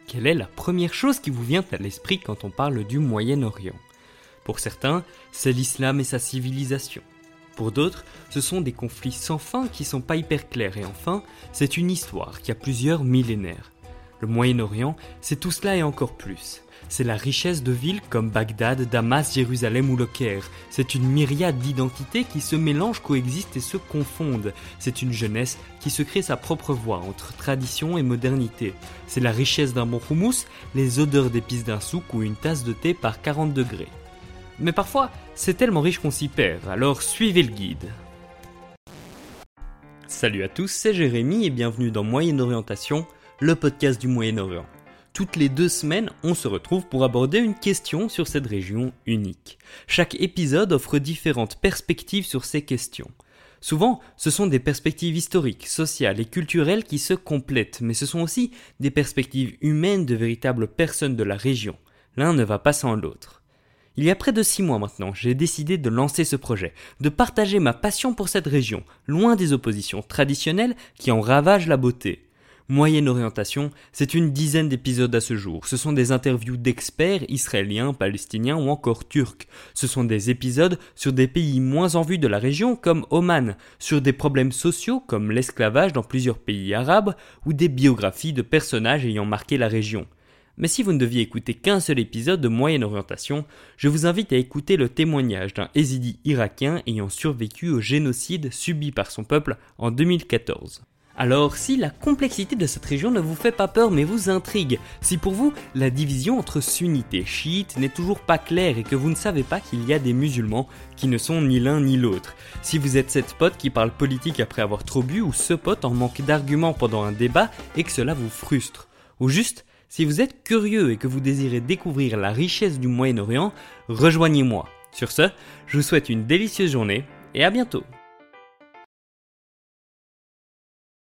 Quelle est la première chose qui vous vient à l'esprit quand on parle du Moyen-Orient ? Pour certains, c'est l'islam et sa civilisation. Pour d'autres, ce sont des conflits sans fin qui sont pas hyper clairs. Et enfin, c'est une histoire qui a plusieurs millénaires. Le Moyen-Orient, c'est tout cela et encore plus. C'est la richesse de villes comme Bagdad, Damas, Jérusalem ou le Caire. C'est une myriade d'identités qui se mélangent, coexistent et se confondent. C'est une jeunesse qui se crée sa propre voie entre tradition et modernité. C'est la richesse d'un bon houmous, les odeurs d'épices d'un souk ou une tasse de thé par 40 degrés. Mais parfois, c'est tellement riche qu'on s'y perd, alors suivez le guide. Salut à tous, c'est Jérémy et bienvenue dans Moyen-Orientation, le podcast du Moyen-Orient. Toutes les 2 semaines, on se retrouve pour aborder une question sur cette région unique. Chaque épisode offre différentes perspectives sur ces questions. Souvent, ce sont des perspectives historiques, sociales et culturelles qui se complètent, mais ce sont aussi des perspectives humaines de véritables personnes de la région. L'un ne va pas sans l'autre. Il y a près de 6 mois maintenant, j'ai décidé de lancer ce projet, de partager ma passion pour cette région, loin des oppositions traditionnelles qui en ravagent la beauté. Moyen-Orientation, c'est une dizaine d'épisodes à ce jour. Ce sont des interviews d'experts israéliens, palestiniens ou encore turcs. Ce sont des épisodes sur des pays moins en vue de la région comme Oman, sur des problèmes sociaux comme l'esclavage dans plusieurs pays arabes ou des biographies de personnages ayant marqué la région. Mais si vous ne deviez écouter qu'un seul épisode de Moyen-Orientation, je vous invite à écouter le témoignage d'un Yézidi irakien ayant survécu au génocide subi par son peuple en 2014. Alors, si la complexité de cette région ne vous fait pas peur mais vous intrigue, si pour vous la division entre sunnites et chiites n'est toujours pas claire et que vous ne savez pas qu'il y a des musulmans qui ne sont ni l'un ni l'autre, si vous êtes cette pote qui parle politique après avoir trop bu ou ce pote en manque d'arguments pendant un débat et que cela vous frustre, ou juste si vous êtes curieux et que vous désirez découvrir la richesse du Moyen-Orient, rejoignez-moi. Sur ce, je vous souhaite une délicieuse journée et à bientôt.